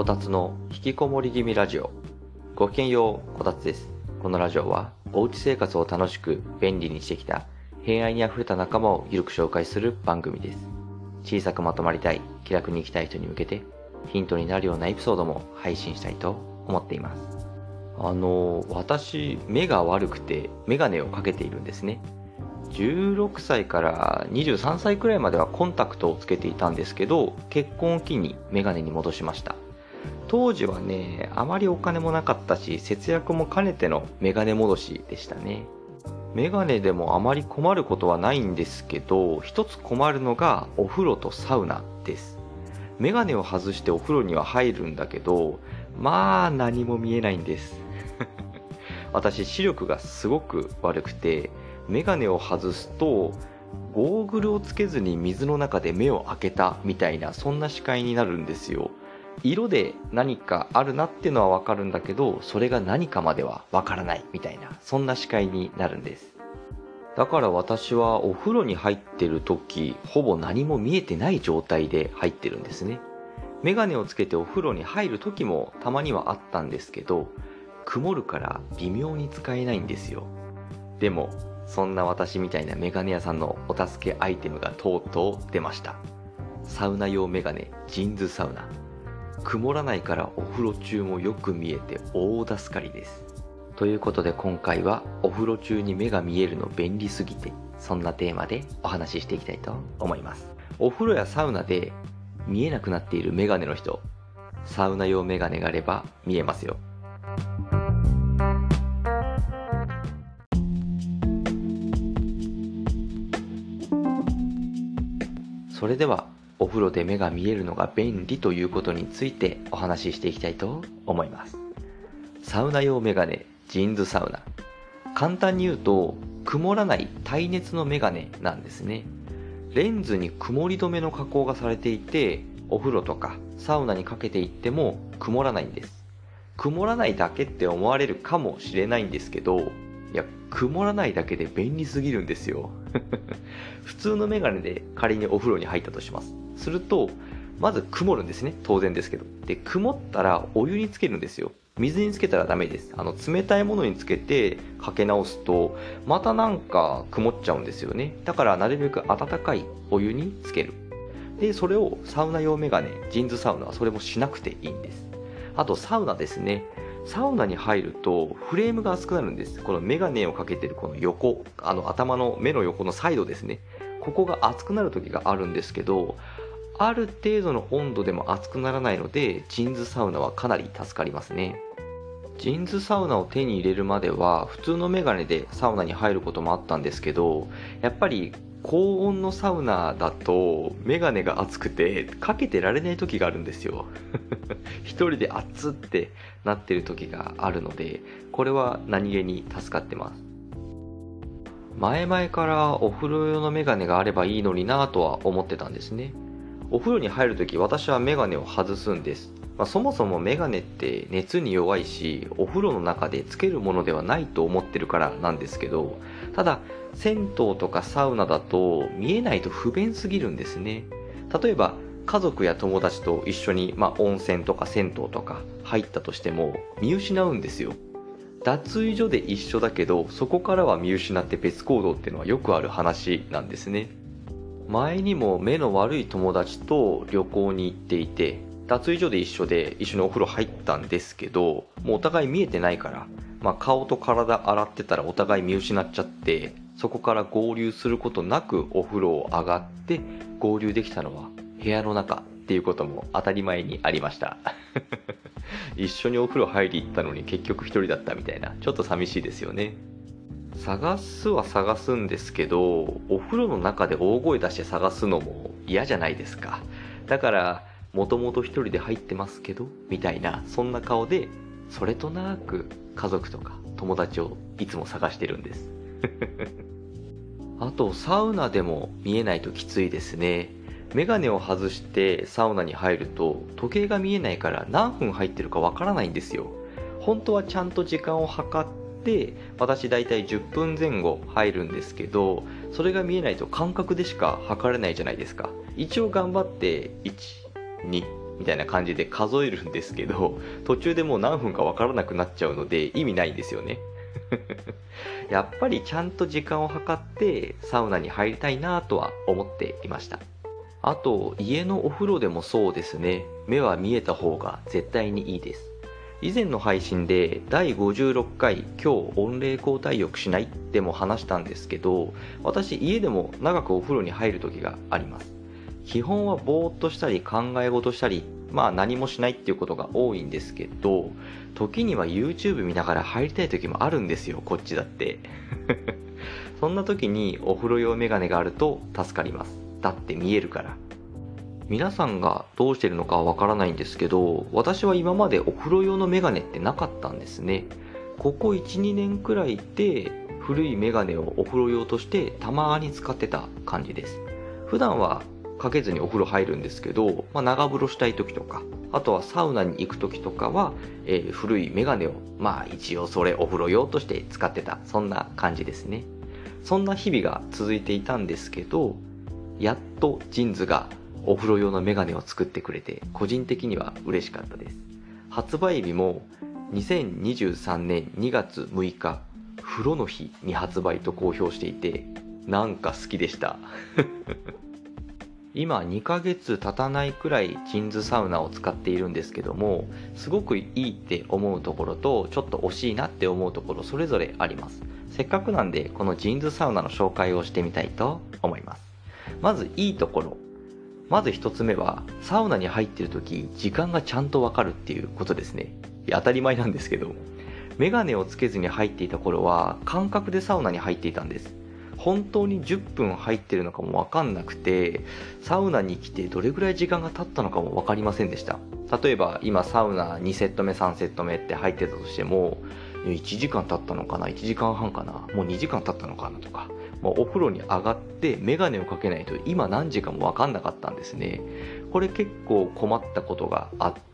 こたつの引きこもり気味ラジオ。ごきげんよう、こたつです。このラジオはおうち生活を楽しく便利にしてきた偏愛にあふれた仲間をゆるく紹介する番組です。小さくまとまりたい、気楽に生きたい人に向けてヒントになるようなエピソードも配信したいと思っています。私、目が悪くてメガネをかけているんですね。16歳から23歳くらいまではコンタクトをつけていたんですけど、結婚を機にメガネに戻しました。当時はね、あまりお金もなかったし、節約も兼ねてのメガネ戻しでしたね。メガネでもあまり困ることはないんですけど、一つ困るのがお風呂とサウナです。メガネを外してお風呂には入るんだけど、まあ何も見えないんです。私、視力がすごく悪くて、メガネを外すとゴーグルをつけずに水の中で目を開けたみたいな、そんな視界になるんですよ。色で何かあるなっていうのはわかるんだけど、それが何かまではわからないみたいな、そんな視界になるんです。だから私はお風呂に入ってる時、ほぼ何も見えてない状態で入ってるんですね。メガネをつけてお風呂に入る時もたまにはあったんですけど、曇るから微妙に使えないんですよ。でもそんな私みたいなメガネ屋さんのお助けアイテムがとうとう出ました。サウナ用メガネジンズサウナ。曇らないからお風呂中もよく見えて大助かりです。ということで今回はお風呂中に目が見えるの便利すぎて、そんなテーマでお話ししていきたいと思います。お風呂やサウナで見えなくなっているメガネの人、サウナ用メガネがあれば見えますよ。それではお風呂で目が見えるのが便利ということについてお話ししていきたいと思います。サウナ用メガネジンズサウナ。簡単に言うと曇らない耐熱のメガネなんですね。レンズに曇り止めの加工がされていて、お風呂とかサウナにかけていっても曇らないんです。曇らないだけって思われるかもしれないんですけど、いや、曇らないだけで便利すぎるんですよ。普通のメガネで仮にお風呂に入ったとします。すると、まず曇るんですね。当然ですけど。で、曇ったらお湯につけるんですよ。水につけたらダメです。冷たいものにつけてかけ直すと、またなんか曇っちゃうんですよね。だからなるべく温かいお湯につける。で、それをサウナ用メガネ、ジンズサウナはそれもしなくていいんです。あとサウナですね。サウナに入るとフレームが熱くなるんです。このメガネをかけてるこの横、頭の目の横のサイドですね。ここが熱くなる時があるんですけど、ある程度の温度でも熱くならないので、ジンズサウナはかなり助かりますね。ジンズサウナを手に入れるまでは普通のメガネでサウナに入ることもあったんですけど、やっぱり高温のサウナだとメガネが熱くてかけてられない時があるんですよ。一人で熱ってなってる時があるので、これは何気に助かってます。前々からお風呂用のメガネがあればいいのになぁとは思ってたんですね。お風呂に入るとき私はメガネを外すんです。そもそもメガネって熱に弱いし、お風呂の中でつけるものではないと思ってるからなんですけど、ただ銭湯とかサウナだと見えないと不便すぎるんですね。例えば家族や友達と一緒に、温泉とか銭湯とか入ったとしても見失うんですよ。脱衣所で一緒だけど、そこからは見失って別行動っていうのはよくある話なんですね。前にも目の悪い友達と旅行に行っていて、脱衣所で一緒にお風呂入ったんですけど、もうお互い見えてないから、顔と体洗ってたらお互い見失っちゃって、そこから合流することなくお風呂を上がって合流できたのは部屋の中っていうことも当たり前にありました。一緒にお風呂入り行ったのに結局一人だったみたいな、ちょっと寂しいですよね。探すは探すんですけど、お風呂の中で大声出して探すのも嫌じゃないですか。だからもともと一人で入ってますけどみたいな、そんな顔でそれとなく家族とか友達をいつも探してるんです。あとサウナでも見えないときついですね。メガネを外してサウナに入ると時計が見えないから何分入ってるかわからないんですよ。本当はちゃんと時間を計って、私だいたい10分前後入るんですけど、それが見えないと感覚でしか測れないじゃないですか。一応頑張って1、2、 みたいな感じで数えるんですけど、途中でもう何分かわからなくなっちゃうので意味ないんですよね。やっぱりちゃんと時間を計ってサウナに入りたいなとは思っていました。あと、家のお風呂でもそうですね。目は見えた方が絶対にいいです。以前の配信で第56回今日温冷交代浴しないでも話したんですけど、私家でも長くお風呂に入る時があります。基本はぼーっとしたり考え事したり、何もしないっていうことが多いんですけど、時には YouTube 見ながら入りたい時もあるんですよ、こっちだってそんな時にお風呂用メガネがあると助かります。だって見えるから。皆さんがどうしてるのかはわからないんですけど、私は今までお風呂用のメガネってなかったんですね。ここ 1,2 年くらいで古いメガネをお風呂用としてたまに使ってた感じです。普段はかけずにお風呂入るんですけど、長風呂したい時とか、あとはサウナに行く時とかは、古いメガネを一応それお風呂用として使ってた、そんな感じですね。そんな日々が続いていたんですけど、やっとジンズがお風呂用のメガネを作ってくれて、個人的には嬉しかったです。発売日も2023年2月6日風呂の日に発売と公表していて、なんか好きでした今2ヶ月経たないくらいジンズサウナを使っているんですけども、すごくいいって思うところとちょっと惜しいなって思うところそれぞれあります。せっかくなんでこのジンズサウナの紹介をしてみたいと思います。まずいいところ、まず一つ目はサウナに入っている時時間がちゃんとわかるっていうことですね。当たり前なんですけど、メガネをつけずに入っていた頃は感覚でサウナに入っていたんです。本当に10分入ってるのかもわかんなくて、サウナに来てどれぐらい時間が経ったのかもわかりませんでした。例えば今サウナ2セット目3セット目って入ってたとしても、1時間経ったのかな、1時間半かな、もう2時間経ったのかなとか、お風呂に上がってメガネをかけないと今何時かも分かんなかったんですね。これ結構困ったことがあって、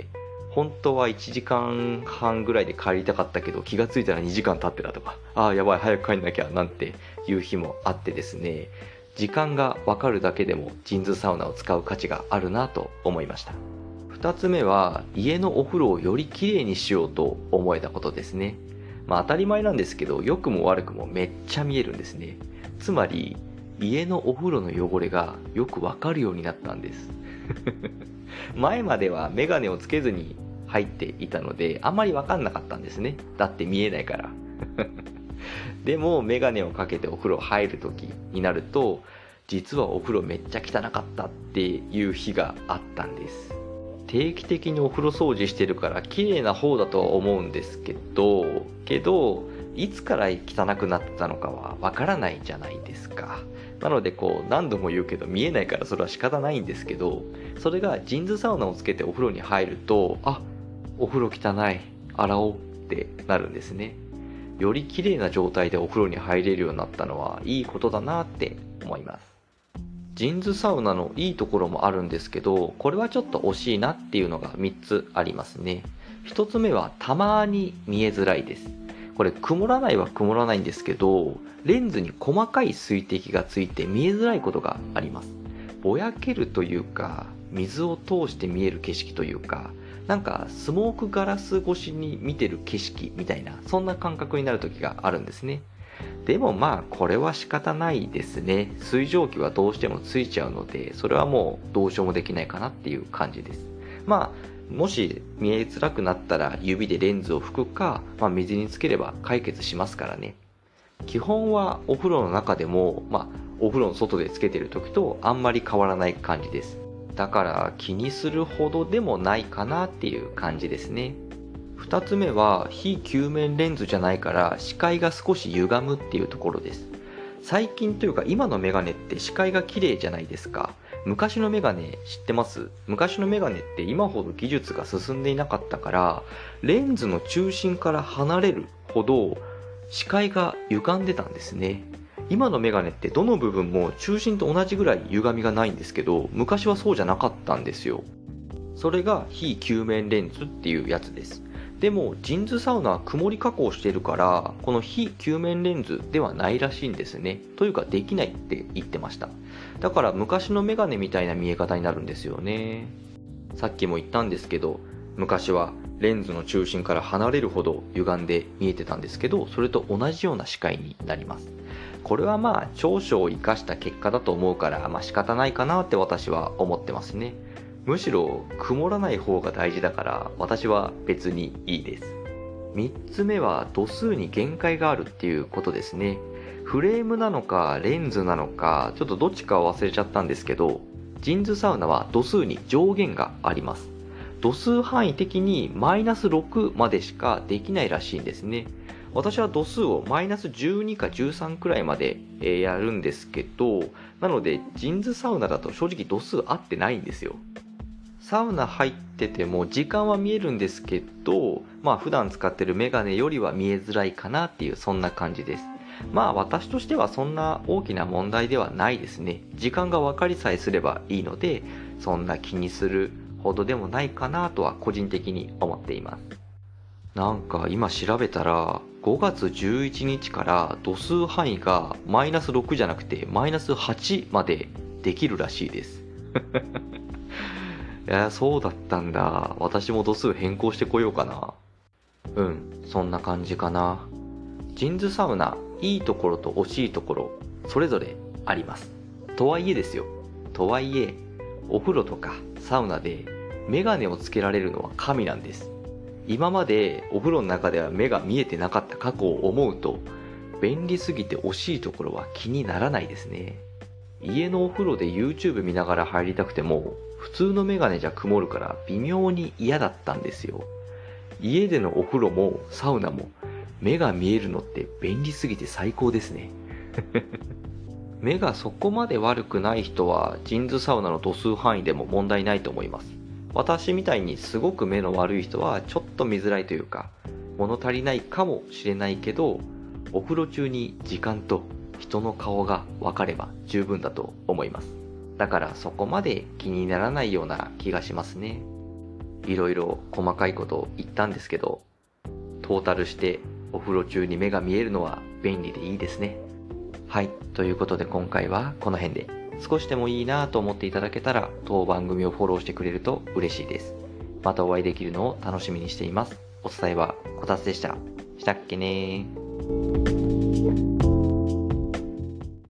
本当は1時間半ぐらいで帰りたかったけど気がついたら2時間経ってたとか、やばい早く帰んなきゃなんていう日もあってですね、時間が分かるだけでもジンズサウナを使う価値があるなと思いました。2つ目は家のお風呂をより綺麗にしようと思えたことですね。当たり前なんですけど、良くも悪くもめっちゃ見えるんですね。つまり家のお風呂の汚れがよくわかるようになったんです前まではメガネをつけずに入っていたのであんまりわかんなかったんですね。だって見えないからでもメガネをかけてお風呂入る時になると、実はお風呂めっちゃ汚かったっていう日があったんです。定期的にお風呂掃除してるから綺麗な方だとは思うんですけど、いつから汚くなってたのかはわからないじゃないですか。なので何度も言うけど見えないからそれは仕方ないんですけど、それがジンズサウナをつけてお風呂に入ると、お風呂汚い、洗おうってなるんですね。より綺麗な状態でお風呂に入れるようになったのはいいことだなって思います。ジンズサウナのいいところもあるんですけど、これはちょっと惜しいなっていうのが3つありますね。1つ目はたまに見えづらいです。これ曇らないは曇らないんですけど、レンズに細かい水滴がついて見えづらいことがあります。ぼやけるというか、水を通して見える景色というか、スモークガラス越しに見てる景色みたいな、そんな感覚になる時があるんですね。でもこれは仕方ないですね。水蒸気はどうしてもついちゃうので、それはもうどうしようもできないかなっていう感じです。もし見えづらくなったら指でレンズを拭くか、水につければ解決しますからね。基本はお風呂の中でも、お風呂の外でつけてる時とあんまり変わらない感じです。だから気にするほどでもないかなっていう感じですね。2つ目は非球面レンズじゃないから視界が少し歪むっていうところです。最近というか今のメガネって視界が綺麗じゃないですか。昔のメガネ知ってます？昔のメガネって今ほど技術が進んでいなかったから、レンズの中心から離れるほど視界が歪んでたんですね。今のメガネってどの部分も中心と同じぐらい歪みがないんですけど、昔はそうじゃなかったんですよ。それが非球面レンズっていうやつです。でもジンズサウナは曇り加工してるから、この非球面レンズではないらしいんですね。というかできないって言ってました。だから昔のメガネみたいな見え方になるんですよね。 さっきも言ったんですけど、昔はレンズの中心から離れるほど歪んで見えてたんですけど、それと同じような視界になります。これは長所を生かした結果だと思うから、仕方ないかなって私は思ってますね。むしろ曇らない方が大事だから、私は別にいいです。3つ目は度数に限界があるっていうことですね。フレームなのかレンズなのか、ちょっとどっちかは忘れちゃったんですけど、ジンズサウナは度数に上限があります。度数範囲的にマイナス6までしかできないらしいんですね。私は度数をマイナス12か13くらいまでやるんですけど、なのでジンズサウナだと正直度数合ってないんですよ。サウナ入ってても時間は見えるんですけど、普段使ってるメガネよりは見えづらいかなっていう、そんな感じです。私としてはそんな大きな問題ではないですね。時間が分かりさえすればいいので、そんな気にするほどでもないかなとは個人的に思っています。なんか今調べたら5月11日から度数範囲がマイナス6じゃなくてマイナス8までできるらしいです。いや、そうだったんだ。私も度数変更してこようかな。そんな感じかな。ジンズサウナ、いいところと惜しいところ、それぞれあります。とはいえですよ。とはいえ、お風呂とかサウナでメガネをつけられるのは神なんです。今までお風呂の中では目が見えてなかった過去を思うと、便利すぎて惜しいところは気にならないですね。家のお風呂で YouTube 見ながら入りたくても、普通のメガネじゃ曇るから微妙に嫌だったんですよ。家でのお風呂もサウナも目が見えるのって便利すぎて最高ですね。目がそこまで悪くない人はジンズサウナの度数範囲でも問題ないと思います。私みたいにすごく目の悪い人はちょっと見づらいというか、物足りないかもしれないけど、お風呂中に時間と人の顔が分かれば十分だと思います。だからそこまで気にならないような気がしますね。いろいろ細かいことを言ったんですけど、トータルしてお風呂中に目が見えるのは便利でいいですね。はい、ということで今回はこの辺で、少しでもいいなと思っていただけたら当番組をフォローしてくれると嬉しいです。またお会いできるのを楽しみにしています。お伝えはこたつでした。したっけねー。